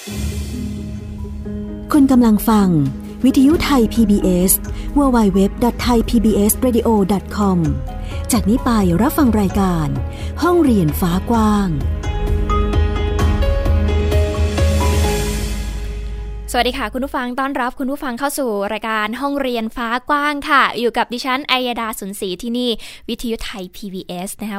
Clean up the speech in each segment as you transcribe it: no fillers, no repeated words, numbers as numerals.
คุณกำลังฟังวิทยุไทย PBS www.thaipbsradio.com จากนี้ไปรับฟังรายการห้องเรียนฟ้ากว้างสวัสดีค่ะคุณผู้ฟังต้อนรับคุณผู้ฟังเข้าสู่รายการห้องเรียนฟ้ากว้างค่ะอยู่กับดิฉันอัยดาสุนศรีที่นี่วิทยุไทย PBS นะคะ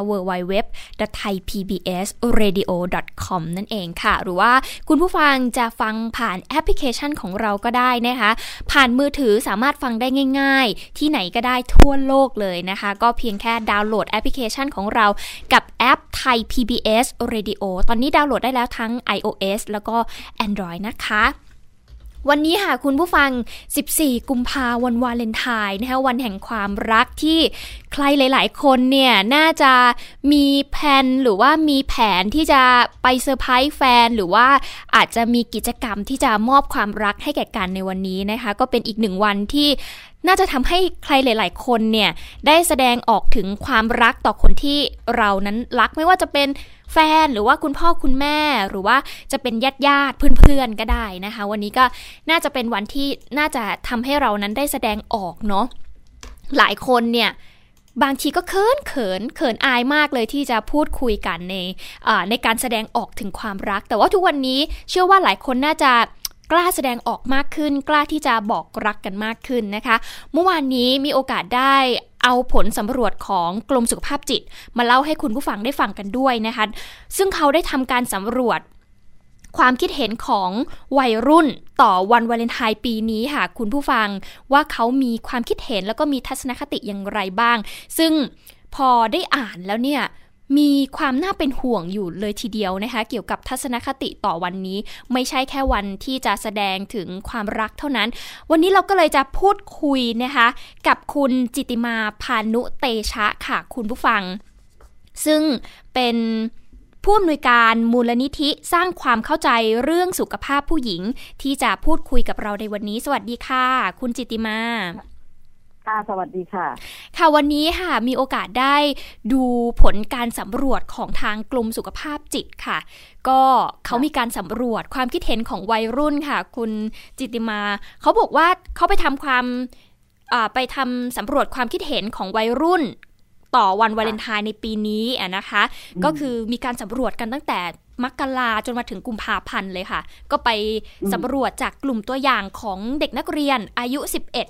www.thaipbsradio.com นั่นเองค่ะหรือว่าคุณผู้ฟังจะฟังผ่านแอปพลิเคชันของเราก็ได้นะคะผ่านมือถือสามารถฟังได้ง่ายๆที่ไหนก็ได้ทั่วโลกเลยนะคะก็เพียงแค่ดาวน์โหลดแอปพลิเคชันของเรากับแอปไทย PBS Radio ตอนนี้ดาวน์โหลดได้แล้วทั้ง iOS แล้วก็ Android นะคะวันนี้ค่ะคุณผู้ฟัง14กุมภาพันธ์วันวาเลนไทน์นะคะวันแห่งความรักที่ใครหลายๆคนเนี่ยน่าจะมีแผนหรือว่ามีแผนที่จะไปเซอร์ไพรส์แฟนหรือว่าอาจจะมีกิจกรรมที่จะมอบความรักให้แก่กันในวันนี้นะคะก็เป็นอีกหนึ่งวันที่น่าจะทำให้ใครหลายๆคนเนี่ยได้แสดงออกถึงความรักต่อคนที่เรานั้นรักไม่ว่าจะเป็นแฟนหรือว่าคุณพ่อคุณแม่หรือว่าจะเป็นญาติเพื่อนๆก็ได้นะคะวันนี้ก็น่าจะเป็นวันที่น่าจะทำให้เรานั้นได้แสดงออกเนาะหลายคนเนี่ยบางทีก็เขินอายมากเลยที่จะพูดคุยกันในการแสดงออกถึงความรักแต่ว่าทุกวันนี้เชื่อว่าหลายคนน่าจะกล้าแสดงออกมากขึ้นกล้าที่จะบอกรักกันมากขึ้นนะคะเมื่อวานนี้มีโอกาสได้เอาผลสำรวจของกรมสุขภาพจิตมาเล่าให้คุณผู้ฟังได้ฟังกันด้วยนะคะซึ่งเขาได้ทำการสำรวจความคิดเห็นของวัยรุ่นต่อวันวาเลนไทน์ปีนี้ค่ะคุณผู้ฟังว่าเขามีความคิดเห็นแล้วก็มีทัศนคติอย่างไรบ้างซึ่งพอได้อ่านแล้วเนี่ยมีความน่าเป็นห่วงอยู่เลยทีเดียวนะคะเกี่ยวกับทัศนคติต่อวันนี้ไม่ใช่แค่วันที่จะแสดงถึงความรักเท่านั้นวันนี้เราก็เลยจะพูดคุยนะคะกับคุณจิติมาพานุเตชะค่ะคุณผู้ฟังซึ่งเป็นผู้อำนวยการมูลนิธิสร้างความเข้าใจเรื่องสุขภาพผู้หญิงที่จะพูดคุยกับเราในวันนี้สวัสดีค่ะคุณจิติมาสวัสดีค่ะค่ะวันนี้ค่ะมีโอกาสได้ดูผลการสำรวจของทางกรมสุขภาพจิตค่ะก็เขามีการสำรวจความคิดเห็นของวัยรุ่นค่ะคุณจิติมาเขาบอกว่าเขาไปทำสำรวจความคิดเห็นของวัยรุ่นต่อวันวาเลนไทน์ในปีนี้นะคะก็คือมีการสำรวจกันตั้งแต่มกราจนมาถึงกุมภาพันธ์เลยค่ะก็ไปสำรวจจากกลุ่มตัวอย่างของเด็กนักเรียนอายุ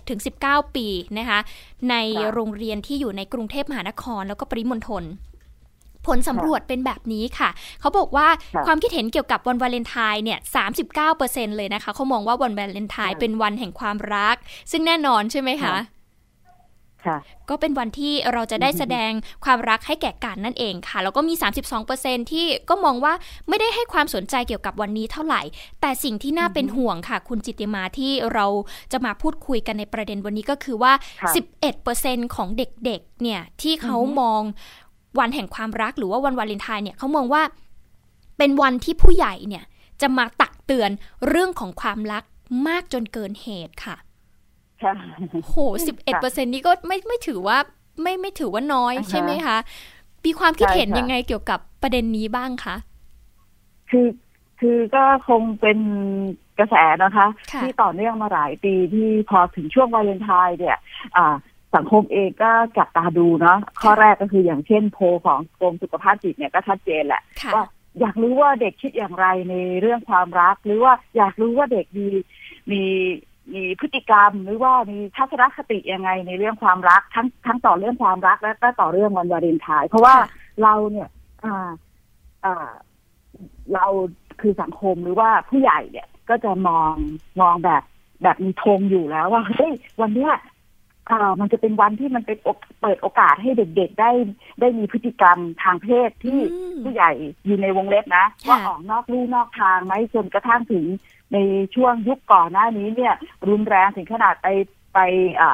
11-19 ปีนะคะในโรงเรียนที่อยู่ในกรุงเทพมหานครแล้วก็ปริมณฑลผลสำรวจเป็นแบบนี้ค่ะเขาบอกว่าความคิดเห็นเกี่ยวกับวันวาเลนไทน์เนี่ย 39% เลยนะคะเขามองว่าวันวาเลนไทน์เป็นวันแห่งความรักซึ่งแน่นอนใช่ไหมคะก็เป็นวันที่เราจะได้แสดงความรักให้แก่กันนั่นเองค่ะแล้วก็มี 32% ที่ก็มองว่าไม่ได้ให้ความสนใจเกี่ยวกับวันนี้เท่าไหร่แต่สิ่งที่น่าเป็นห่วงค่ะคุณจิตติมาที่เราจะมาพูดคุยกันในประเด็นวันนี้ก็คือว่า 11% ของเด็กๆเนี่ยที่เขามองวันแห่งความรักหรือว่าวันวาเลนไทน์เนี่ยเขามองว่าเป็นวันที่ผู้ใหญ่เนี่ยจะมาตักเตือนเรื่องของความรักมากจนเกินเหตุค่ะโห 11% นี้ก็ไม่ถือว่าไม่ถือว่าน้อยใช่ไหมคะมีความคิดเห็นยังไงเกี่ยวกับประเด็นนี้บ้างคะคือก็คงเป็นกระแสนะคะที่ต่อเนื่องมาหลายปีที่พอถึงช่วงวาเลนไทน์เนี่ยสังคมเองก็จับตาดูเนาะข้อแรกก็คืออย่างเช่นโพลของกรมสุขภาพจิตเนี่ยก็ชัดเจนแหละว่าอยากรู้ว่าเด็กคิดอย่างไรในเรื่องความรักหรือว่าอยากรู้ว่าเด็กมีพฤติกรรมหรือว่ามีทัศนคติยังไงในเรื่องความรักทั้งต่อเรื่องความรักและก็ต่อเรื่องวันวาเลนไทน์เพราะว่าเราเนี่ยเราคือสังคมหรือว่าผู้ใหญ่เนี่ยก็จะมองแบบมีธงอยู่แล้วว่าเฮ้ยวันเนี้ยมันจะเป็นวันที่มันเป็นเปิดโอกาสให้เด็กๆได้มีพฤติกรรมทางเพศที่ผู้ใหญ่อยู่ในวงเล็บนะว่าออกนอกลู่นอกทางไหมจนกระทั่งถึงในช่วงยุคก่อนหน้านี้เนี่ยรุนแรงถึงขนาดไปท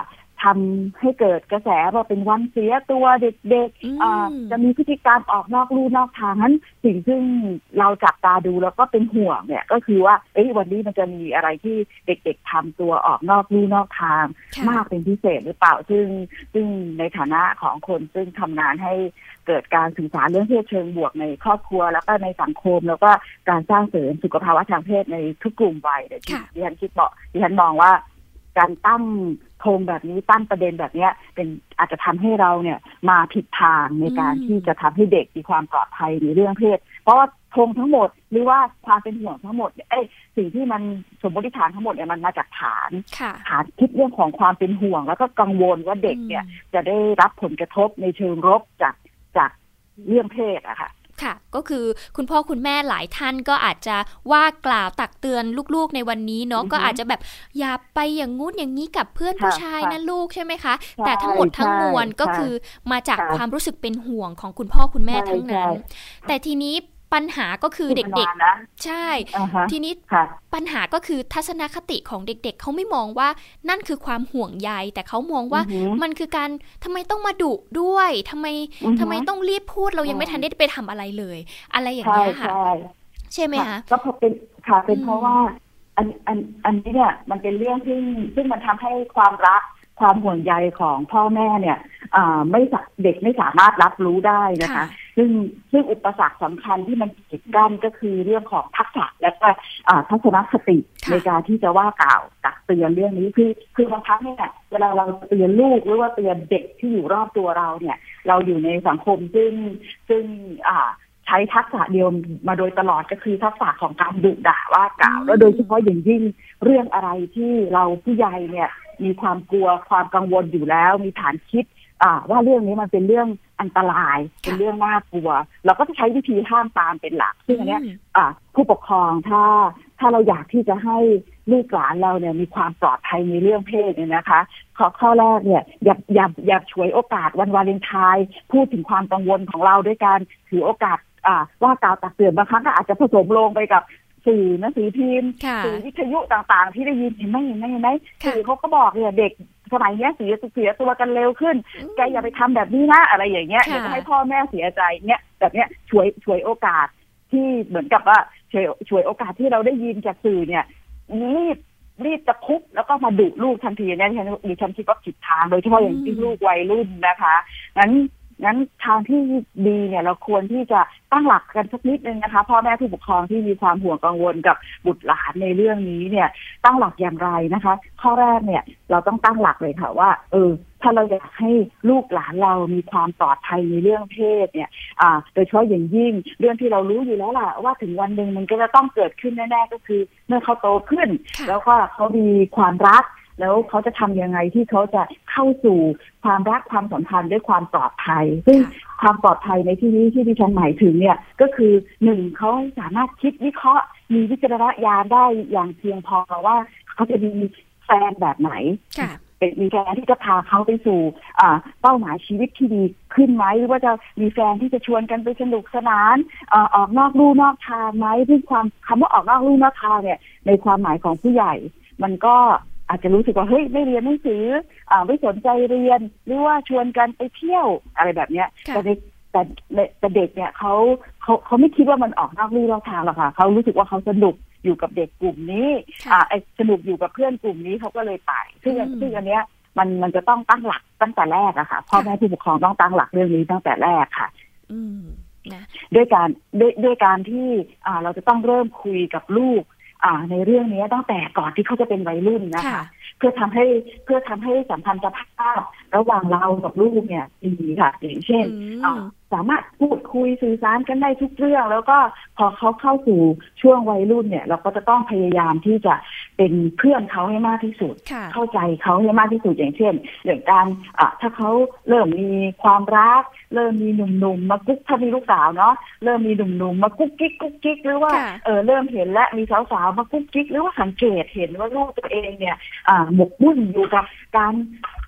ทำให้เกิดกระแสว่าเป็นวันเสียตัวเด็กๆจะมีพฤติกรรมออกนอกลู่นอกทางนั้นสิ่งซึ่งเราจับตาดูแล้วก็เป็นห่วงเนี่ยก็คือว่าวันนี้มันจะมีอะไรที่เด็กๆทำตัวออกนอกลู่นอกทางมากเป็นพิเศษหรือเปล่าซึ่งในฐานะของคนซึ่งทำงานให้เกิดการสื่อสารเรื่องเพศเชิงบวกในครอบครัวแล้วก็ในสังคมแล้วก็การสร้างเสริมสุขภาวะทางเพศในทุกกลุ่มวัยดิฉันมองว่าการตั้งธงแบบนี้ตั้งประเด็นแบบนี้เป็นอาจจะทำให้เราเนี่ยมาผิดทางในการที่จะทำให้เด็กมีความปลอดภัยในเรื่องเพศเพราะว่าธงทั้งหมดหรือว่าความเป็นห่วงทั้งหมดสิ่งที่มันสมมติฐานทั้งหมดเนี่ยมันมาจากฐานคิดเรื่องของความเป็นห่วงแล้วก็กังวลว่าเด็กเนี่ยจะได้รับผลกระทบในเชิงลบจากเรื่องเพศอะค่ะค่ะก็คือคุณพ่อคุณแม่หลายท่านก็อาจจะว่ากล่าวตักเตือนลูกๆในวันนี้เนาะก็อาจจะแบบอย่าไปอย่างงู้นอย่างนี้กับเพื่อนผู้ชายนะลูกใช่ไหมคะแต่ทั้งหมดทั้งมวลก็คือมาจากความรู้สึกเป็นห่วงของคุณพ่อคุณแม่ทั้งนั้นแต่ทีนี้ปัญหาก็คือเด็กๆใช่ทีนี้ปัญหาก็คือทัศนคติของเด็กๆเขาไม่มองว่านั่นคือความห่วงใยแต่เขามองว่ามันคือการทำไมต้องมาดุด้วยทำไมต้องรีบพูดเรายังไม่ทันได้ไปทำอะไรเลยอะไรอย่างเงี้ยค่ะใช่ไหมคะก็เป็นเพราะว่าอันนี้เนี่ยมันเป็นเรื่องซึ่งมันทำให้ความรักความห่วงใยของพ่อแม่เนี่ยเด็กไม่สามารถรับรู้ได้นะคะซึ่งอุปสรรคสำคัญที่มันกีดกั้นก็คือเรื่องของทักษะและก็ทัศนคติในการที่จะว่ากล่าวตักเตือนเรื่องนี้คือบางครั้งเนี่ยเวลาเราเตือนลูกหรือว่าเตือนเด็กที่อยู่รอบตัวเราเนี่ยเราอยู่ในสังคมซึ่งใช้ทักษะเดียวมาโดยตลอดก็คือทักษะของการดุด่าว่ากล่าวแล้วโดยเฉพาะอย่างยิ่งเรื่องอะไรที่เราผู้ใหญ่เนี่ยมีความกลัวความกังวลอยู่แล้วมีฐานคิดว่าเรื่องนี้มันเป็นเรื่องอันตรายเป็นเรื่องน่ากลัวเราก็จะใช้วิธีห้ามปรามเป็นหลักซึ่งอันนี้ผู้ปกครองถ้าเราอยากที่จะให้ลูกหลานเราเนี่ยมีความปลอดภัยในเรื่องเพศเนี่ยนะคะข้อแรกเนี่ยอย่าฉวยโอกาสวันวาเลนไทน์พูดถึงความกังวลของเราด้วยการถือโอกาสว่ากล่าวตักเตือนบางครั้งก็อาจจะผสมลงไปกับสื่อหนังสือพิมพ์สื่อวิทยุต่างๆที่ได้ยินเห็นไหมสื่อเขาก็บอกเนี่ยเด็กสมัยนี้เสียตัวกันเร็วขึ้นแกอย่าไปทำแบบนี้นะอะไรอย่างเงี้ยเดี๋ยวจะให้พ่อแม่เสียใจเนี่ยแบบเนี้ยฉวยโอกาสที่เหมือนกับว่าฉวยโอกาสที่เราได้ยินจากสื่อเนี่ยรีบตะคุบแล้วก็มาดุลูกทันทีเนี่ยดิฉันคิดว่าผิดทางโดยเฉพาะอย่างที่ลูกวัยรุ่นนะคะงั้นทางที่ดีเนี่ยเราควรที่จะตั้งหลักกันสักนิดนึงนะคะพ่อแม่ผู้ปกครองที่มีความห่วงกังวลกับบุตรหลานในเรื่องนี้เนี่ยตั้งหลักอย่างไรนะคะข้อแรกเนี่ยเราต้องตั้งหลักเลยค่ะว่าถ้าเราอยากให้ลูกหลานเรามีความปลอดภัยในเรื่องเพศเนี่ยโดยเฉพาะอย่างยิ่งเรื่องที่เรารู้อยู่แล้วล่ะว่าถึงวันหนึ่งมันก็จะต้องเกิดขึ้นแน่ๆก็คือเมื่อเขาโตขึ้นแล้วก็เขามีความรักแล้วเขาจะทำยังไงที่เขาจะเข้าสู่ความรักความสัมพันธ์ด้วยความปลอดภัยซึ่งความปลอดภัยในที่นี้ที่ดิฉันหมายถึงเนี่ยก็คือหนึ่งเขาสามารถคิดวิเคราะห์มีวิจารณญาณได้อย่างเพียงพอว่าเขาจะมีแฟนแบบไหนเป็นมีแฟนที่จะพาเขาไปสู่เป้าหมายชีวิตที่ดีขึ้นไหมหรือว่าจะมีแฟนที่จะชวนกันไปสนุกสนานออกนอกลู่นอกทางไหมซึ่งคำว่าออกนอกลู่นอกทางเนี่ยในความหมายของผู้ใหญ่มันก็อาจจะรู้สึกว่าเฮ้ยไม่เรียนหนังสือไม่สนใจเรียนหรือว่าชวนกันไปเที่ยวอะไรแบบเนี้ยแต่เด็กเนี่ยเขาไม่คิดว่ามันออกนอกลู่นอกทางหรอกค่ะเขารู้สึกว่าเขาสนุกอยู่กับเด็กกลุ่มนี้สนุกอยู่กับเพื่อนกลุ่มนี้เขาก็เลยไปซึ่งอันเนี้ยมันจะต้องตั้งหลักตั้งแต่แรกอะค่ะพ่อแม่ผู้ปกครองต้องตั้งหลักเรื่องนี้ตั้งแต่แรกค่ะด้วยการที่เราจะต้องเริ่มคุยกับลูกในเรื่องนี้ตั้งแต่ก่อนที่เขาจะเป็นวัยรุ่นนะคะเพื่อทำให้สัมพันธภาพระหว่างเรากับลูกเนี่ยดีค่ะอย่างเช่นสามารถพูดคุยสื่อสารกันได้ทุกเรื่องแล้วก็พอเขาเข้าสู่ช่วงวัยรุ่นเนี่ยเราก็จะต้องพยายามที่จะเป็นเพื่อนเขาให้มากที่สุดเข้าใจเขาให้มากที่สุดอย่างเช่นเรื่องการถ้าเขาเริ่มมีความรักเริ่มมีหนุ่มๆมากุ๊กถ้ามีลูกสาวเนาะเริ่มมีหนุ่มๆมากุ๊กกิ๊กหรือว่าเริ่มเห็นและมีสาวๆมากุ๊กกิ๊กหรือว่าสังเกตเห็นว่าลูกตัวเองเนี่ยหมกมุ่นอยู่กับการ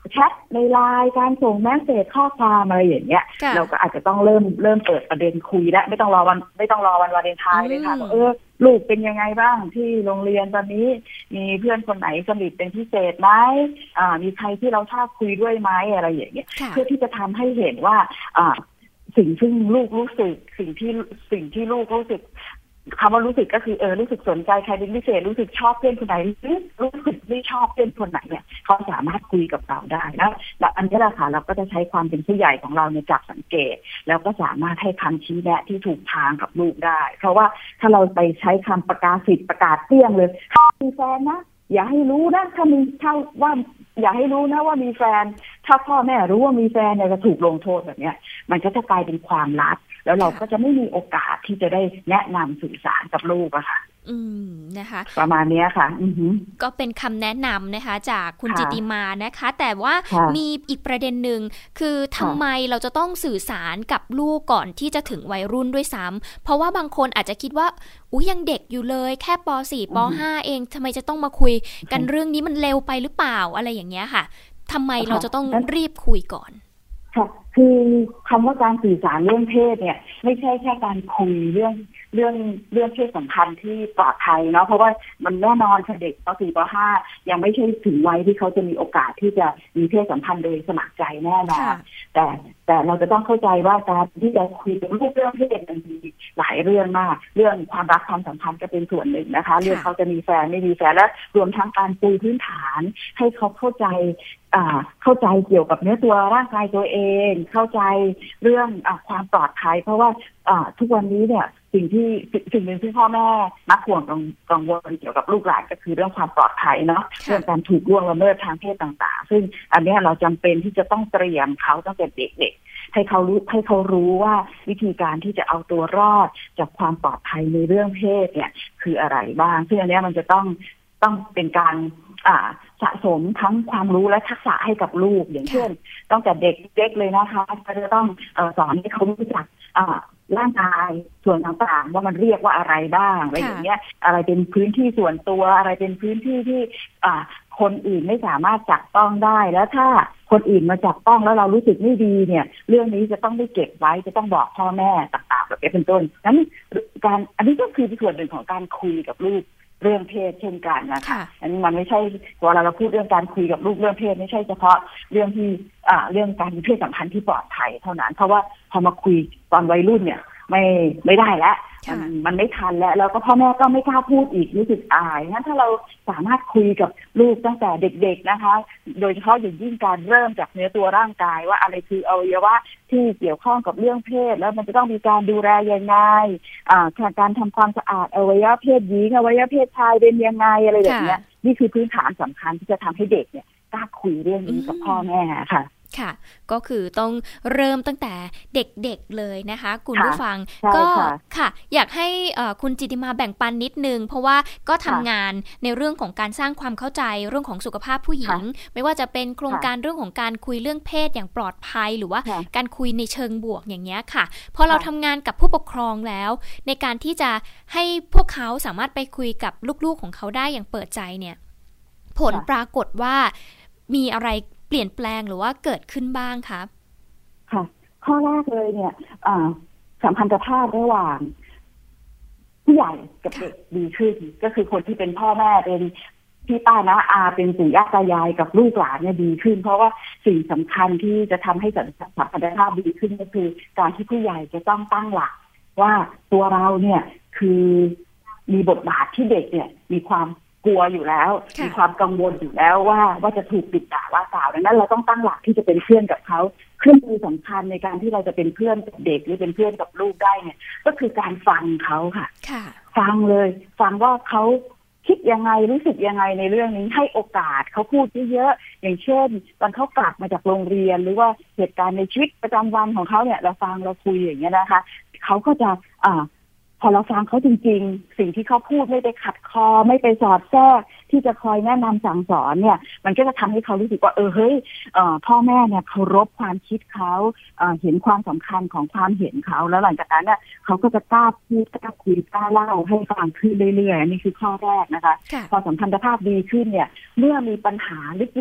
แชทในไลน์การส่งแมสเสจข้อความอะไรอย่างเงี้ยเราก็อาจจะต้องเริ่มเปิดประเด็นคุยแล้วไม่ต้องรอวันวาเลนไทน์เลยค่ะลูกเป็นยังไงบ้างที่โรงเรียนตอนนี้มีเพื่อนคนไหนสนิทเป็นพิเศษไหมมีใครที่เราชอบคุยด้วยไหมอะไรอย่างเงี้ยเพื่อที่จะทำให้เห็นว่าสิ่งที่ลูกรู้สึกสิ่งที่ลูกรู้สึกคำว่ารู้สึกก็คือรู้สึกสนใจใครเป็นพิเศษรู้สึกชอบเพื่อนคนไหนรู้สึกไม่ชอบเพื่อนคนไหนเนี่ยเขาสามารถคุยกับเราได้แล้วอันนี้แหละค่ะเราก็จะใช้ความเป็นผู้ใหญ่ของเราในจับสังเกตแล้วก็สามารถให้คำชี้แนะที่ถูกทางกับลูกได้เพราะว่าถ้าเราไปใช้คำประกาศสิทธิ์ประกาศเตี้ยงเลยถ้ามีแฟนนะอย่าให้รู้นะถ้าว่าอย่าให้รู้นะว่ามีแฟนถ้าพ่อแม่รู้ว่ามีแฟนเนี่ยจะถูกลงโทษแบบเนี้ยมันก็จะกลายเป็นความลับแล้วเราก็จะไม่มีโอกาสที่จะได้แนะนำสื่อสารกับลูกอะค่ะนะคะประมาณนี้ค่ะก็เป็นคำแนะนำนะคะจากคุณจิตติมานะคะแต่ว่ามีอีกประเด็นหนึ่งคือทำไมเราจะต้องสื่อสารกับลูกก่อนที่จะถึงวัยรุ่นด้วยซ้ำเพราะว่าบางคนอาจจะคิดว่ายังเด็กอยู่เลยแค่ป.4 ป.5 เองทำไมจะต้องมาคุยกันเรื่องนี้มันเร็วไปหรือเปล่าอะไรอย่างเงี้ยค่ะทำไมเราจะต้องรีบคุยก่อนค่ะคือคำว่าการสื่อสารเรื่องเพศเนี่ยไม่ใช่แค่การคุยเรื่องเพศสัมพันธ์ที่ปลอดภัยเนาะเพราะว่ามันแน่นอนค่ะเด็กป.4 ป.5 ยังไม่ใช่ถึงวัยที่เขาจะมีโอกาสที่จะมีเพศสัมพันธ์โดยสมัครใจแน่นอนแต่เราจะต้องเข้าใจว่าการที่จะคุยกับลูกเรื่องเพศมันมีหลายเรื่องมากเรื่องความรักความสัมพันธ์ก็เป็นส่วนหนึ่งนะคะเรื่องเขาจะมีแฟนไม่มีแฟนและรวมทั้งการปูพื้นฐานให้เขาเข้าใจเกี่ยวกับเนื้อตัวร่างกายตัวเองเข้าใจเรื่องความปลอดภัยเพราะว่าทุกวันนี้เนี่ยสิ่งหนึ่งที่พ่อแม่มักห่วงกังวลเกี่ยวกับลูกหลานก็คือเรื่องความปลอดภัยเนาะเรื่องการถูกล่วงละเมิดทางเพศต่างๆซึ่งอันนี้เราจำเป็นที่จะต้องเตรียมเขาตั้งแต่เด็กๆให้เขารู้ว่าวิธีการที่จะเอาตัวรอดจากความปลอดภัยในเรื่องเพศเนี่ยคืออะไรบ้างซึ่งอันนี้มันจะต้องเป็นการสะสมทั้งความรู้และทักษะให้กับลูกอย่างเช่นตั้งแต่เด็กๆเลยนะคะก็จะต้องสอนให้เขารู้จักร่างกายส่วนต่างๆว่ามันเรียกว่าอะไรบ้างอะไรอย่างเงี้ยอะไรเป็นพื้นที่ส่วนตัวอะไรเป็นพื้นที่ที่คนอื่นไม่สามารถจับต้องได้แล้วถ้าคนอื่นมาจับต้องแล้วเรารู้สึกไม่ดีเนี่ยเรื่องนี้จะต้องไม่เก็บไว้จะต้องบอกพ่อแม่ต่างๆแบบนี้เป็นต้นนั้นอันนี้ก็คือส่วนหนึ่งของการคุยกับลูกเรื่องเพศเช่นกันนะคะอันนี้มันไม่ใช่เวลาเราพูดเรื่องการคุยกับลูกเรื่องเพศไม่ใช่เฉพาะเรื่องที่เรื่องการมีเพศสัมพันธ์ที่ปลอดภัยเท่านั้นเพราะว่าพอมาคุยตอนวัยรุ่นเนี่ยไม่ได้แล้วมันไม่ทันแล้วก็พ่อแม่ก็ไม่กล้าพูดอีกรู้สึกอายงั้นถ้าเราสามารถคุยกับลูกตั้งแต่เด็กๆนะคะโดยเฉพาะอย่างยิ่งการเริ่มจากเนื้อตัวร่างกายว่าอะไรคืออวัยวะที่เกี่ยวข้องกับเรื่องเพศแล้วมันจะต้องมีการดูแลยังไงการทำความสะอาดอวัยวะเพศหญิงอวัยวะเพศชายเป็นยังไงอะไรแบบนี้นี่คือพื้นฐานสำคัญที่จะทำให้เด็กเนี่ยกล้าคุยเรื่องนี้กับพ่อแม่ค่ะค่ะก็คือต้องเริ่มตั้งแต่เด็กๆเลยนะคะคุณผู้ฟังก็ค่ะอยากให้คุณจิตติมาแบ่งปันนิดนึงเพราะว่าก็ทำงานในเรื่องของการสร้างความเข้าใจเรื่องของสุขภาพผู้หญิงไม่ว่าจะเป็นโครงการเรื่องของการคุยเรื่องเพศอย่างปลอดภัยหรือว่าการคุยในเชิงบวกอย่างเงี้ยค่ะพอเราทำงานกับผู้ปกครองแล้วในการที่จะให้พวกเขาสามารถไปคุยกับลูกๆของเขาได้อย่างเปิดใจเนี่ยผลปรากฏว่ามีอะไรเปลี่ยนแปลงหรือว่าเกิดขึ้นบ้างครับค่ะข้อแรกเลยเนี่ยสัมพันธภาพระหว่างผู้ใหญ่กับเด็กดีขึ้นก็คือคนที่เป็นพ่อแม่เป็นพี่ป้าน้าอาเป็นปู่ย่าตายายกับลูกหลานเนี่ยดีขึ้นเพราะว่าสิ่งสำคัญที่จะทำให้สัมพันธภาพดีขึ้นก็คือการที่ผู้ใหญ่จะต้องตั้งหลักว่าตัวเราเนี่ยคือมีบทบาทที่เด็กเนี่ยมีความกลัวอยู่แล้วมีความกังวลอยู่แล้วว่าจะถูกติดด่าว่ากล่าวดังนั้นเราต้องตั้งหลักที่จะเป็นเพื่อนกับเขาเครื่องมือสำคัญในการที่เราจะเป็นเพื่อนกับเด็กหรือเป็นเพื่อนกับลูกได้เนี่ยก็คือการฟังเขาค่ะฟังเลยฟังว่าเขาคิดยังไงรู้สึกยังไงในเรื่องนี้ให้โอกาสเขาพูดเยอะๆอย่างเช่นตอนเขากลับมาจากโรงเรียนหรือว่าเหตุการณ์ในชีวิตประจำวันของเขาเนี่ยเราฟังเราคุยอย่างเงี้ยนะคะเขาก็จะพอเราฟังเขาจริงๆสิ่งที่เขาพูดไม่ไปขัดคอไม่ไปสอดแทรกที่จะคอยแนะนำสั่งสอนเนี่ยมันก็จะทำให้เขารู้สึกว่าเฮ้ยพ่อแม่เนี่ยเคารพความคิดเขาเห็นความสำคัญของความเห็นเขาแล้วหลังจากนั้นเนี่ยเขาก็จะกล้าพูดกล้าคุยกล้าเล่าให้ฟังขึ้นเรื่อยๆนี่คือข้อแรกนะคะพอสัมพันธภาพดีขึ้นเนี่ยเมื่อมีปัญหาเล็กๆ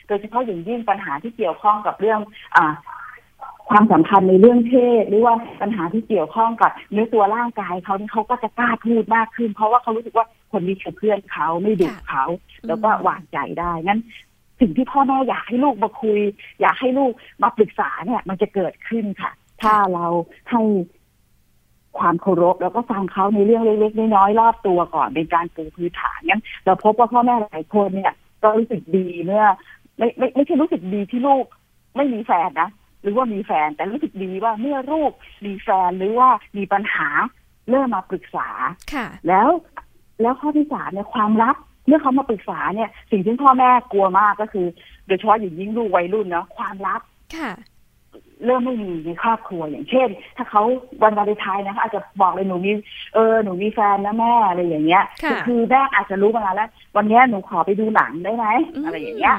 โดยเฉพาะอย่างยิ่งปัญหาที่เกี่ยวข้องกับเรื่องความสัมพันธ์ในเรื่องเพศหรือว่าปัญหาที่เกี่ยวข้องกับเนื้อตัวร่างกายเขานี่เขาก็จะกล้าพูดมากขึ้นเพราะว่าเขารู้สึกว่าคนนี้คือเพื่อนเขาไม่ดุเขาแล้วก็วางใจได้งั้นสิ่งที่พ่อแม่อยากให้ลูกมาคุยอยากให้ลูกมาปรึกษาเนี่ยมันจะเกิดขึ้นค่ะถ้าเราให้ความเคารพแล้วก็ฟังเขาในเรื่องเล็กๆน้อยๆรอบตัวก่อนเป็นการปูพื้นฐานงั้นเราพบว่าพ่อแม่หลายคนเนี่ยก็รู้สึกดีเมื่อไม่ใช่รู้สึกดีที่ลูกไม่มีแฟนนะหรือว่ามีแฟนแต่รู้สึกดีว่าเมื่อลูกมีแฟนหรือว่ามีปัญหาเริ่มมาปรึกษาแล้วข้อที่3เนี่ยความรักเมื่อเขามาปรึกษาเนี่ยสิ่งที่พ่อแม่กลัวมากก็คือโดยเฉพาะอย่างยิ่งลูกวัยรุ่นเนาะความรักเริ่มไม่มีในครอบครัวอย่างเช่นถ้าเขาวันวาเลนไทน์นะคะอาจจะบอกเลยหนูมีแฟนนะแม่อะไรอย่างเงี้ยคือแม่อาจจะรู้มาแล้ววันนี้หนูขอไปดูหนังได้ไหมอะไรอย่างเงี้ย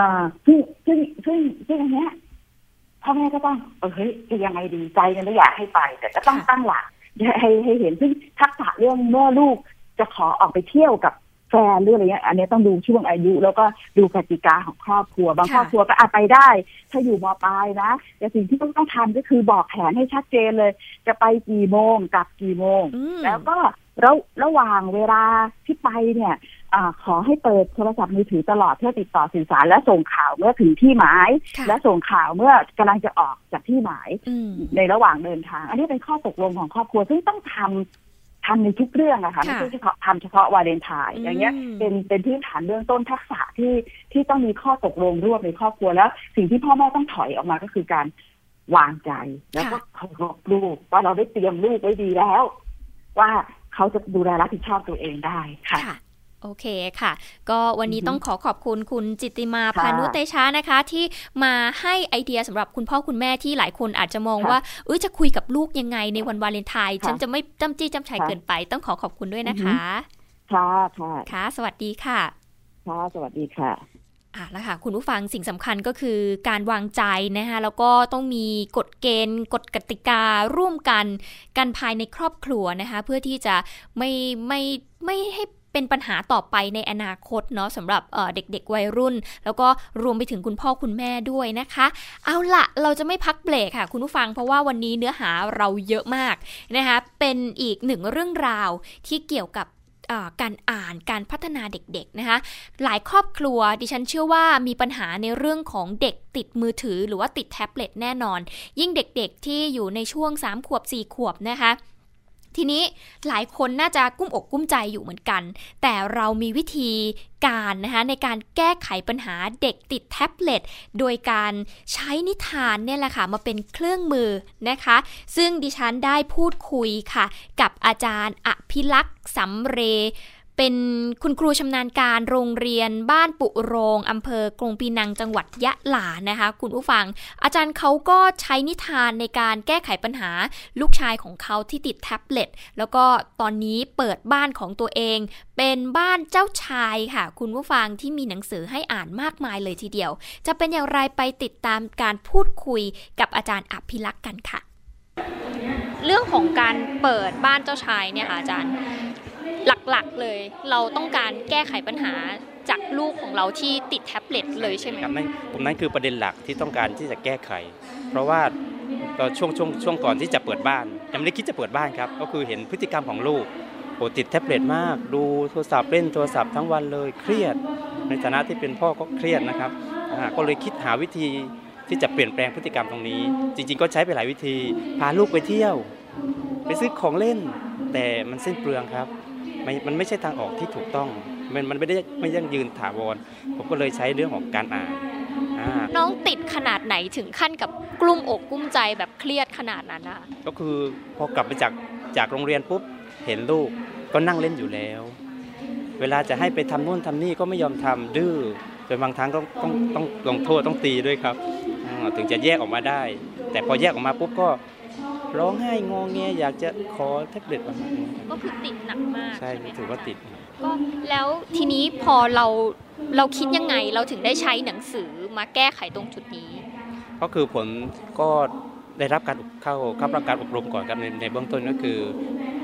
ซึ่งอันเนี้ยพ่อแม่ก็ต้องเฮ้ยจะยังไงดีใจกันไม่อยากให้ไปแต่ก็ต้องตั้งหลักให้เห็นซึ่งทักษะเรื่องเมื่อลูกจะขอออกไปเที่ยวกับแฟนหรืออะไรเงี้ยอันนี้ต้องดูช่วงอายุแล้วก็ดูกติกาของครอบครัวบางครอบครัวก็ไปได้ถ้าอยู่ม.ปลายนะแต่สิ่งที่ต้องทำก็คือบอกแผนให้ชัดเจนเลยจะไปกี่โมงกลับกี่โมงแล้วก็ระหว่างเวลาที่ไปเนี่ยขอให้เปิดโทรศัพท์มือถือตลอดเพื่อติดต่อสื่อสารและส่งข่าวเมื่อถึงที่หมายและส่งข่าวเมื่อกำลังจะออกจากที่หมายในระหว่างเดินทางอันนี้เป็นข้อตกลงของครอบครัวซึ่งต้องทำในทุกเรื่องนะคะไม่ใช่ทำเฉพาะวาเลนไทน์อย่างเงี้ยเป็นพื้นฐานเบื้องต้นทักษะที่ต้องมีข้อตกลงร่วมในครอบครัวแล้วสิ่งที่พ่อแม่ต้องถอยออกมาก็คือการวางใจแล้วก็เคารพลูกว่าเราได้เตรียมลูกไว้ดีแล้วว่าเขาจะดูแลรับผิดชอบตัวเองได้ค่ะโอเคค่ะก็วันนี้ต้องขอบคุณคุณจิตติมาพานุเตชะนะคะที่มาให้ไอเดียสำหรับคุณพ่อคุณแม่ที่หลายคนอาจจะมองว่าจะคุยกับลูกยังไงในวันวาเลนไทน์ฉันจะไม่จ้ำจี้จ้ำชัยเกินไปต้องขอบคุณด้วยนะคะค่ะสวัสดีค่ะสวัสดีค่ะแล้วค่ะคุณผู้ฟังสิ่งสำคัญก็คือการวางใจนะคะแล้วก็ต้องมีกฎเกณฑ์กฎกติการ่วมกันภายในครอบครัวนะคะเพื่อที่จะไม่ให้เป็นปัญหาต่อไปในอนาคตเนาะสำหรับเด็กๆวัยรุ่นแล้วก็รวมไปถึงคุณพ่อคุณแม่ด้วยนะคะเอาละเราจะไม่พักเบรกค่ะคุณผู้ฟังเพราะว่าวันนี้เนื้อหาเราเยอะมากนะคะเป็นอีกหนึ่งเรื่องราวที่เกี่ยวกับการอ่านการพัฒนาเด็กๆนะคะหลายครอบครัวดิฉันเชื่อว่ามีปัญหาในเรื่องของเด็กติดมือถือหรือว่าติดแท็บเล็ตแน่นอนยิ่งเด็กๆที่อยู่ในช่วง3 ขวบ 4 ขวบนะคะทีนี้หลายคนน่าจะกุ้มอกกุ้มใจอยู่เหมือนกันแต่เรามีวิธีการนะคะในการแก้ไขปัญหาเด็กติดแท็บเล็ตโดยการใช้นิทานเนี่ยแหละค่ะมาเป็นเครื่องมือนะคะซึ่งดิฉันได้พูดคุยค่ะกับอาจารย์อภิลักษ์สำเรเป็นคุณครูชำนาญการโรงเรียนบ้านปุโรงอำเภอกรงปีนังจังหวัดยะลานะคะคุณผู้ฟังอาจารย์เขาก็ใช้นิทานในการแก้ไขปัญหาลูกชายของเขาที่ติดแท็บเล็ตแล้วก็ตอนนี้เปิดบ้านของตัวเองเป็นบ้านเจ้าชายค่ะคุณผู้ฟังที่มีหนังสือให้อ่านมากมายเลยทีเดียวจะเป็นอย่างไรไปติดตามการพูดคุยกับอาจารย์อภิลักษ์กันค่ะเรื่องของการเปิดบ้านเจ้าชายเนี่ยค่ะอาจารย์หลักๆเลยเราต้องการแก้ไขปัญหาจากลูกของเราที่ติดแท็บเล็ตเลยใช่ไหมครับนั้นคือประเด็นหลักที่ต้องการที่จะแก้ไขเพราะว่าช่วงก่อนที่จะเปิดบ้านยังไม่ได้คิดจะเปิดบ้านครับก็คือเห็นพฤติกรรมของลูกติดแท็บเล็ตมากดูโทรศัพท์เล่นโทรศัพท์ทั้งวันเลยเครียดในฐานะที่เป็นพ่อก็เครียดนะครับก็เลยคิดหาวิธีที่จะเปลี่ยนแปลงพฤติกรรมตรงนี้จริงๆก็ใช้ไปหลายวิธีพาลูกไปเที่ยวไปซื้อของเล่นแต่มันสิ้นเปลืองครับมันไม่ใช่ทางออกที่ถูกต้องมันไม่ยั่งยืนถาวรผมก็เลยใช้เรื่องของการอ่านน้องติดขนาดไหนถึงขั้นกับกลุ้มอกกลุ้มใจแบบเครียดขนาดนั้นนะก็คือพอกลับไปจากโรงเรียนปุ๊บเห็นลูกก็นั่งเล่นอยู่แล้วเวลาจะให้ไปทำนู่นทำนี่ก็ไม่ยอมทำดื้อจนบางครั้งต้องลงโทษต้องตีด้วยครับถึงจะแยกออกมาได้แต่พอแยกออกมาปุ๊บก็ร้องไห้งอแงอยากจะขอแท็บเล็ตประมาณนี้ก็คือติดหนักมากใช่ถือว่าติดก็แล้วทีนี้พอเราคิดยังไงเราถึงได้ใช้หนังสือมาแก้ไขตรงจุดนี้ก็คือผลก็ได้รับการเข้ารับการอบรมก่อนกันในเบื้องต้นก็คือ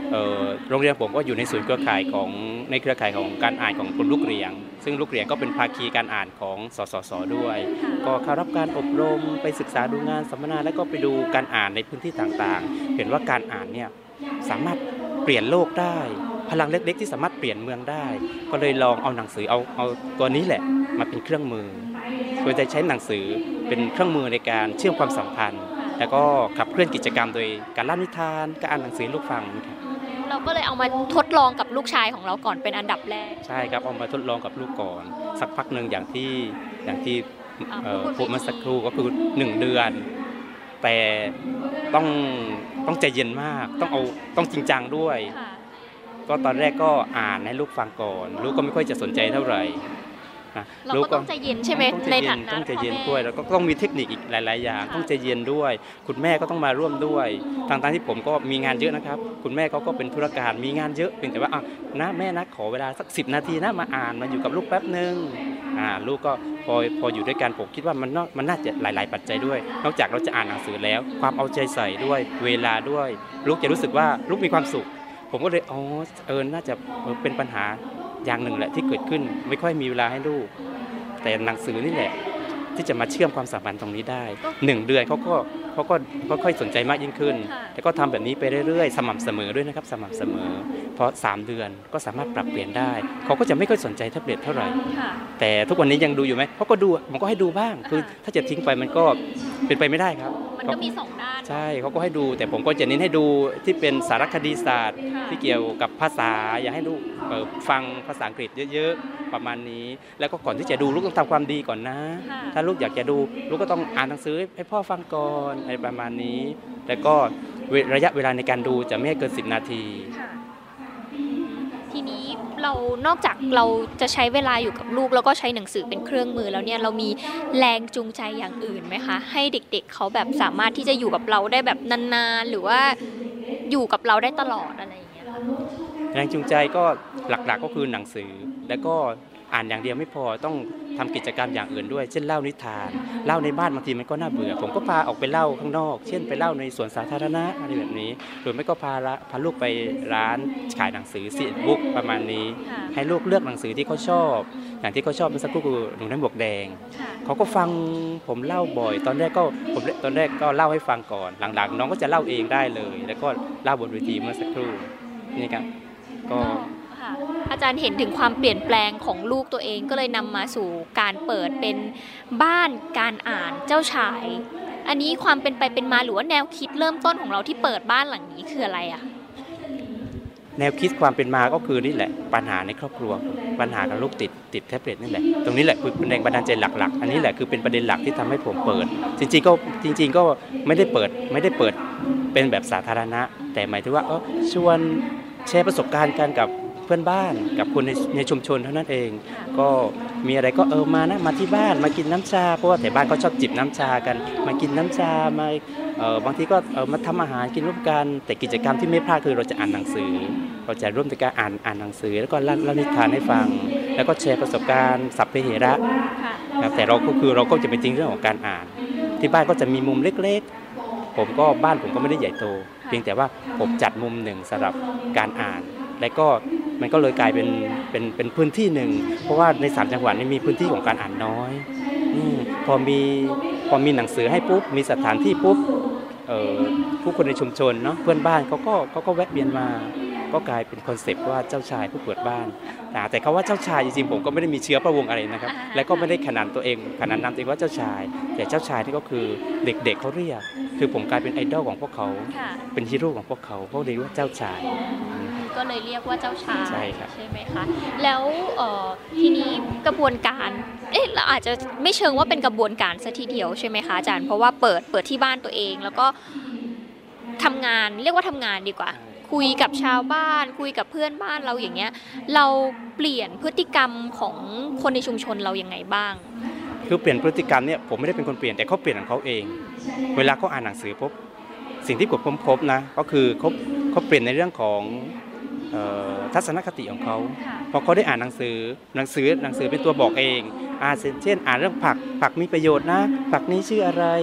โรงเรียนผมก็อยู่ในศูนย์เครือข่ายของการอ่านของกลุ่มลูกเรียงซึ่งลูกเรียงก็เป็นภาคีการอ่านของสสสด้วยก็เข้ารับการอบรมไปศึกษาดูงานสัมมนาแล้วก็ไปดูการอ่านในพื้นที่ต่างๆเห็นว่าการอ่านเนี่ยสามารถเปลี่ยนโลกได้พลังเล็กๆที่สามารถเปลี่ยนเมืองได้ก็เลยลองเอาหนังสือเอาตัวนี้แหละมาเป็นเครื่องมือโดยจะใช้หนังสือเป็นเครื่องมือในการเชื่อมความสัมพันธ์แล้วก็ขับเคลื่อนกิจกรรมโดยการเล่านิทานการอ่านหนังสือลูกฟังเราก็เลยเอามาทดลองกับลูกชายของเราก่อนเป็นอันดับแรกใช่ครับเอามาทดลองกับลูกก่อนสักพักหนึ่งอย่างที่พูดมาสักครู่ก็คือ1 เดือนแต่ต้องใจเย็นมากต้องจริงจังด้วยก็ตอนแรกก็อ่านให้ลูกฟังก่อนลูกก็ไม่ค่อยจะสนใจเท่าไหร่เราก็ต้องใจเย็นใช่ไหมในฐานะต้องใจเย็นด้วยแล้วก็ต้องมีเทคนิคอีกหลายๆอย่างต้องใจเย็นด้วยคุณแม่ก็ต้องมาร่วมด้วยทั้งที่ผมก็มีงานเยอะนะครับคุณแม่เขาก็เป็นธุรการมีงานเยอะเพียงแต่ว่านะแม่นะขอเวลาสัก10 นาทีนะมาอ่านมาอยู่กับลูกแป๊บนึงลูกก็พออยู่ด้วยกันผมคิดว่ามันน่าจะหลายๆปัจจัยด้วยนอกจากเราจะอ่านหนังสือแล้วความเอาใจใส่ด้วยเวลาด้วยลูกจะรู้สึกว่าลูกมีความสุขผมก็เลยน่าจะเป็นปัญหาอย่างหนึ่งแหละที่เกิดขึ้นไม่ค่อยมีเวลาให้ลูกแต่หนังสือนี่แหละที่จะมาเชื่อมความสัมพันธ์ตรงนี้ได้1 เดือนเขาก็ค่อยสนใจมากยิ่งขึ้นแล้วก็ทำแบบนี้ไปเรื่อยๆสม่ำเสมอด้วยนะครับสม่ำเสมอเพราะ3 เดือนก็สามารถปรับเปลี่ยนได้เขาก็จะไม่ค่อยสนใจแท็บเล็ตเท่าไหร่แต่ทุกวันนี้ยังดูอยู่ไหมเขาก็ดูผมก็ให้ดูบ้างคือถ้าจะทิ้งไปมันก็เป็นไปไม่ได้ครับมันก็มี2 ด้านใช่เขาก็ให้ดูแต่ผมก็จะเน้นให้ดูที่เป็นสารคดีศาสตร์ที่เกี่ยวกับภาษาอยากให้ลูกฟังภาษาอังกฤษเยอะๆประมาณนี้แล้วก็ก่อนที่จะดูลูกต้องทำความดีก่อนนะถ้าลูกอยากจะดูลูกก็ต้องอ่านหนังสือให้พ่อฟังก่อนอะไรประมาณนี้แล้วก็ระยะเวลาในการดูจะไม่ให้เกิน10 นาทีทีนี้เรานอกจากเราจะใช้เวลาอยู่กับลูกแล้วก็ใช้หนังสือเป็นเครื่องมือแล้วเนี่ยเรามีแรงจูงใจอย่างอื่นไหมคะให้เด็กๆเขาแบบสามารถที่จะอยู่กับเราได้แบบนานๆหรือว่าอยู่กับเราได้ตลอดอะไรอย่างเงี้ยแรงจูงใจก็หลักๆก็คือหนังสือแล้วก็อ่านอย่างเดียวไม่พอต้องทำกิจกรรมอย่างอื่นด้วยเช่นเล่านิทานเล่าในบ้านบางทีมันก็น่าเบื่อผมก็พาออกไปเล่าข้างนอกเช่นไปเล่าในสวนสาธารณะอะไรแบบนี้หรือไม่ก็พาลูกไปร้านขายหนังสือซีบุ๊กประมาณนี้ให้ลูกเลือกหนังสือที่เขาชอบอย่างที่เขาชอบเมื่อสักครู่คือหนูน้ำบวกแดงเขาก็ฟังผมเล่าบ่อยตอนแรกก็เล่าให้ฟังก่อนหลังๆน้องก็จะเล่าเองได้เลยแล้วก็เล่าบนเวทีเมื่อสักครู่นี่ครับก็อาจารย์เห็นถึงความเปลี่ยนแปลงของลูกตัวเองก็เลยนำมาสู่การเปิดเป็นบ้านการอ่านเจ้าชายอันนี้ความเป็นไปเป็นมาหรือว่าแนวคิดเริ่มต้นของเราที่เปิดบ้านหลังนี้คืออะไรอะแนวคิดความเป็นมาก็คือนี่แหละปัญหาในครอบครัวปัญหากับลูกติดแท็บเล็ตนี่แหละตรงนี้แหละคือเป็นแรงบันดาลใจหลักๆอันนี้แหละคือเป็นประเด็นหลักที่ทำให้ผมเปิดจริงๆก็ไม่ได้เปิดเป็นแบบสาธารณะแต่หมายถึงว่าชวนแชร์ประสบการณ์กันกับเพื่อนบ้านกับคนในชุมชนเท่านั้นเองก็มีอะไรก็มาที่บ้านมากินน้ำชาเพราะว่าแต่บ้านเขาชอบจิบน้ำชากันมากินน้ำชามาบางทีก็มาทำอาหารกินร่วมกันแต่กิจกรรมที่ไม่พลาดคือเราจะอ่านหนังสือเราจะร่วมในการอ่านหนังสือแล้วก็เล่านิทานให้ฟังแล้วก็แชร์ประสบการณ์สัพเพเหระแต่เราก็จะไปจริงเรื่องของการอ่านที่บ้านก็จะมีมุมเล็กๆบ้านผมก็ไม่ได้ใหญ่โตเพียงแต่ว่าผมจัดมุมหนึ่งสำหรับการอ่านและก็มันก็เลยกลายเป็นพื้นที่หนึ่งเพราะว่าใน3 จังหวัดนี่มีพื้นที่ของการอ่านน้อยพอมีหนังสือให้ปุ๊บมีสถานที่ปุ๊บผู้คนในชุมชนเนาะเพื่อนบ้านเขาก็แวะเวียนมาก็กลายเป็นคอนเซปต์ว่าเจ้าชายผู้เปิดบ้านแต่เขาว่าเจ้าชายจริงๆผมก็ไม่ได้มีเชื้อพระวงศ์อะไรนะครับและก็ไม่ได้ขนานนามตัวเองว่าเจ้าชายแต่เจ้าชายนี่ก็คือเด็กๆเขาเรียกคือผมกลายเป็นไอดอลของพวกเขาเป็นฮีโร่ของพวกเขาเพราะเรียกว่าเจ้าชายก็เลยเรียกว่าเจ้าชายใช่ครับใช่ไหมคะแล้วทีนี้กระบวนการเราอาจจะไม่เชิงว่าเป็นกระบวนการซะทีเดียวใช่ไหมคะอาจารย์เพราะว่าเปิดที่บ้านตัวเองแล้วก็ทำงานเรียกว่าทำงานดีกว่าคุยกับชาวบ้านคุยกับเพื่อนบ้านเราอย่างเงี้ยเราเปลี่ยนพฤติกรรมของคนในชุมชนเรายังไงบ้างคือเปลี่ยนพฤติกรรมเนี่ยผมไม่ได้เป็นคนเปลี่ยนแต่เขาเปลี่ยนของเขาเองเวลาเขาอ่านหนังสือพบสิ่งที่ผมพบนะก็คือเขาเปลี่ยนในเรื่องของทัศนคติของเขาพอเขาได้อ่านหนังสือเป็นตัวบอกเองเช่นอ่านเรื่องผักมีประโยชน์นะผักนี้ชื่ออะไร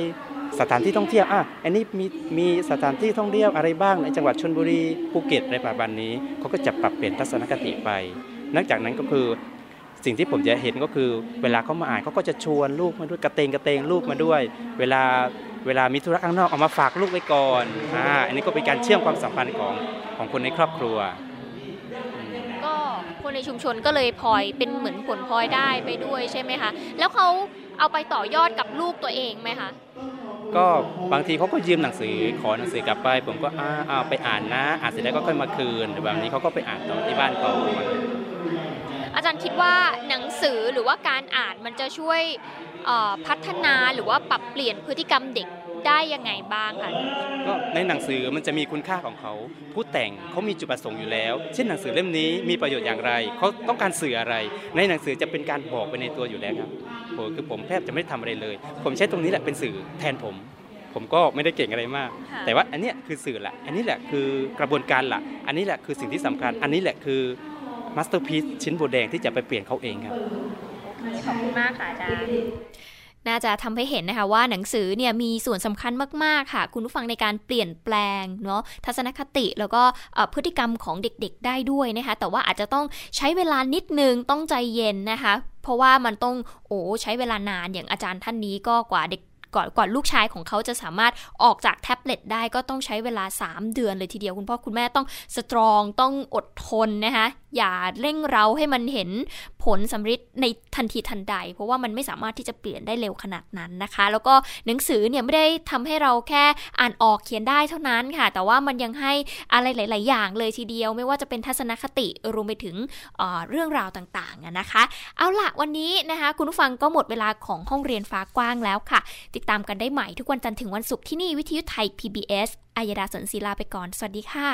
สถานที่ท่องเที่ยวอันนี้มีสถานที่ท่องเที่ยวอะไรบ้างในจังหวัดชลบุรีภูเก็ตอะไรประมาณนี้เขาก็จะปรับเปลี่ยนทัศนคติไปนอกจากนั้นก็คือสิ่งที่ผมจะเห็นก็คือเวลาเขามาอ่านเขาก็จะชวนลูกมาด้วยกระเตงลูกมาด้วยเวลามีธุระข้างนอกเอามาฝากลูกไว้ก่อนอันนี้ก็เป็นการเชื่อมความสัมพันธ์ของคนในครอบครัวก็คนในชุมชนก็เลยพลอยเป็นเหมือนผลพลอยได้ไปด้วยใช่ไหมคะแล้วเขาเอาไปต่อยอดกับลูกตัวเองไหมคะก็บางทีเขาก็ยืมหนังสือขอหนังสือกลับไปผมก็เอาไปอ่านนะอ่านเสร็จแล้วก็ค่อยมาคืนแบบนี้เขาก็ไปอ่านต่อที่บ้านเขาอาจารย์คิดว่าหนังสือหรือว่าการอ่านมันจะช่วยพัฒนาหรือว่าปรับเปลี่ยนพฤติกรรมเด็กได้ยังไงบ้างคะก็ในหนังสือมันจะมีคุณค่าของเขาผู้แต่งเขามีจุดประสงค์อยู่แล้วเช่นหนังสือเล่มนี้มีประโยชน์อย่างไรเขาต้องการสื่ออะไรในหนังสือจะเป็นการบอกไปในตัวอยู่แล้วครับคือผมแทบจะไม่ทำอะไรเลยผมใช้ตรงนี้แหละเป็นสื่อแทนผมก็ไม่ได้เก่งอะไรมากแต่ว่าอันนี้คือสื่อละอันนี้แหละคือกระบวนการละอันนี้แหละคือสิ่งที่สำคัญอันนี้แหละคือมาสเตอร์พีซชิ้นโบแดงที่จะไปเปลี่ยนเขาเองครับขอบคุณมากค่ะอาจารย์น่าจะทำให้เห็นนะคะว่าหนังสือเนี่ยมีส่วนสำคัญมากๆค่ะคุณผู้ฟังในการเปลี่ยนแปลงเนาะทัศนคติแล้วก็พฤติกรรมของเด็กๆได้ด้วยนะคะแต่ว่าอาจจะต้องใช้เวลานิดนึงต้องใจเย็นนะคะเพราะว่ามันต้องใช้เวลานานอย่างอาจารย์ท่านนี้ก็กว่าเด็กก่อนลูกชายของเขาจะสามารถออกจากแท็บเล็ตได้ก็ต้องใช้เวลา3 เดือนเลยทีเดียวคุณพ่อคุณแม่ต้องสตรองต้องอดทนนะคะอย่าเร่งเร้าให้มันเห็นผลสำเร็จในทันทีทันใดเพราะว่ามันไม่สามารถที่จะเปลี่ยนได้เร็วขนาดนั้นนะคะแล้วก็หนังสือเนี่ยไม่ได้ทำให้เราแค่อ่านออกเขียนได้เท่านั้นค่ะแต่ว่ามันยังให้อะไรหลายๆอย่างเลยทีเดียวไม่ว่าจะเป็นทัศนคติรวมไปถึงเรื่องราวต่างๆนะคะเอาล่ะวันนี้นะคะคุณผู้ฟังก็หมดเวลาของห้องเรียนฟ้ากว้างแล้วค่ะติดตามกันได้ใหม่ทุกวันจันทร์ถึงวันศุกร์ที่นี่วิทยุไทย PBS อัยดาสนศิลาไปก่อนสวัสดีค่ะ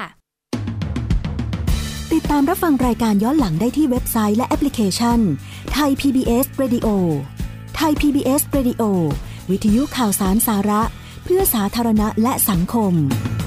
ติดตามรับฟังรายการย้อนหลังได้ที่เว็บไซต์และแอปพลิเคชัน Thai PBS Radio Thai PBS Radio วิทยุข่าวสารสาระเพื่อสาธารณะและสังคม